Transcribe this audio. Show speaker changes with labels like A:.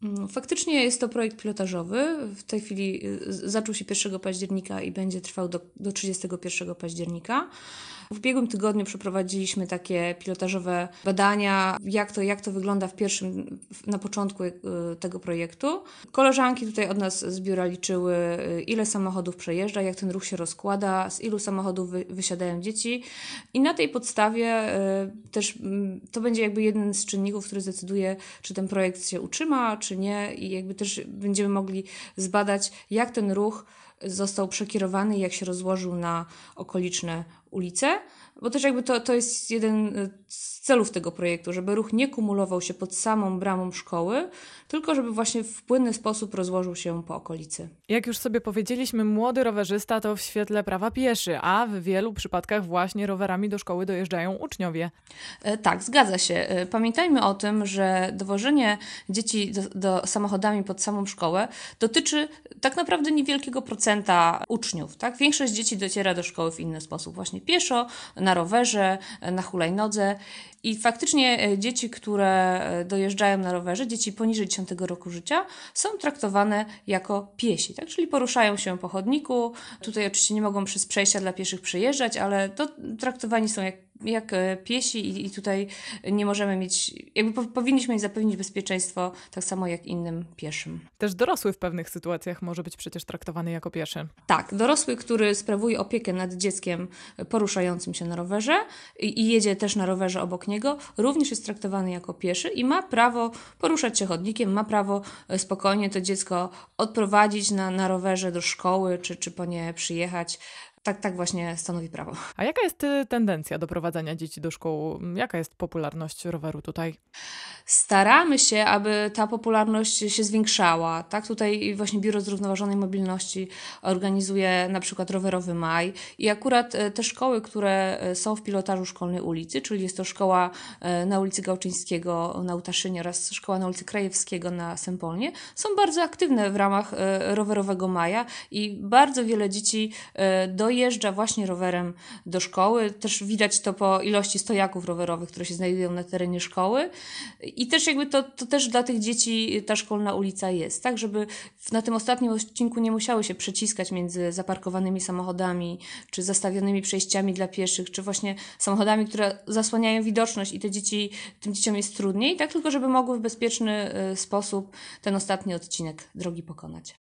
A: Faktycznie jest to projekt pilotażowy. W tej chwili zaczął się 1 października i będzie trwał do 31 października. W ubiegłym tygodniu przeprowadziliśmy takie pilotażowe badania, jak to wygląda na początku tego projektu. Koleżanki tutaj od nas z biura liczyły, ile samochodów przejeżdża, jak ten ruch się rozkłada, z ilu samochodów wysiadają dzieci i na tej podstawie też to będzie jakby jeden z czynników, który zdecyduje, czy ten projekt się utrzyma, czy nie, i jakby też będziemy mogli zbadać, jak ten ruch został przekierowany i jak się rozłożył na okoliczne ulice, bo też jakby to jest jeden z celów tego projektu, żeby ruch nie kumulował się pod samą bramą szkoły, tylko żeby właśnie w płynny sposób rozłożył się po okolicy.
B: Jak już sobie powiedzieliśmy, młody rowerzysta to w świetle prawa pieszy, a w wielu przypadkach właśnie rowerami do szkoły dojeżdżają uczniowie.
A: Tak, zgadza się. Pamiętajmy o tym, że dowożenie dzieci do samochodami pod samą szkołę dotyczy tak naprawdę niewielkiego procenta uczniów. Tak? Większość dzieci dociera do szkoły w inny sposób, właśnie pieszo, na rowerze, na hulajnodze. I faktycznie dzieci, które dojeżdżają na rowerze, dzieci poniżej 10 roku życia, są traktowane jako piesi, tak? Czyli poruszają się po chodniku. Tutaj oczywiście nie mogą przez przejścia dla pieszych przejeżdżać, ale traktowani są jak piesi i tutaj nie możemy mieć, jakby powinniśmy im zapewnić bezpieczeństwo tak samo jak innym pieszym.
B: Też dorosły w pewnych sytuacjach może być przecież traktowany jako pieszy.
A: Tak, dorosły, który sprawuje opiekę nad dzieckiem poruszającym się na rowerze i jedzie też na rowerze obok niego, również jest traktowany jako pieszy i ma prawo poruszać się chodnikiem, ma prawo spokojnie to dziecko odprowadzić na rowerze do szkoły, czy po nie przyjechać. Tak właśnie stanowi prawo.
B: A jaka jest tendencja do prowadzenia dzieci do szkół? Jaka jest popularność roweru tutaj?
A: Staramy się, aby ta popularność się zwiększała. Tak, tutaj właśnie Biuro Zrównoważonej Mobilności organizuje na przykład rowerowy maj i akurat te szkoły, które są w pilotażu Szkolnej Ulicy, czyli jest to szkoła na ulicy Gałczyńskiego na Utaszynie oraz szkoła na ulicy Krajewskiego na Sępolnie, są bardzo aktywne w ramach rowerowego maja i bardzo wiele dzieci dojeżdża właśnie rowerem do szkoły. Też widać to po ilości stojaków rowerowych, które się znajdują na terenie szkoły. I też jakby to też dla tych dzieci ta szkolna ulica jest, tak, żeby na tym ostatnim odcinku nie musiały się przeciskać między zaparkowanymi samochodami, czy zastawionymi przejściami dla pieszych, czy właśnie samochodami, które zasłaniają widoczność i tym dzieciom jest trudniej, tak, tylko żeby mogły w bezpieczny sposób ten ostatni odcinek drogi pokonać.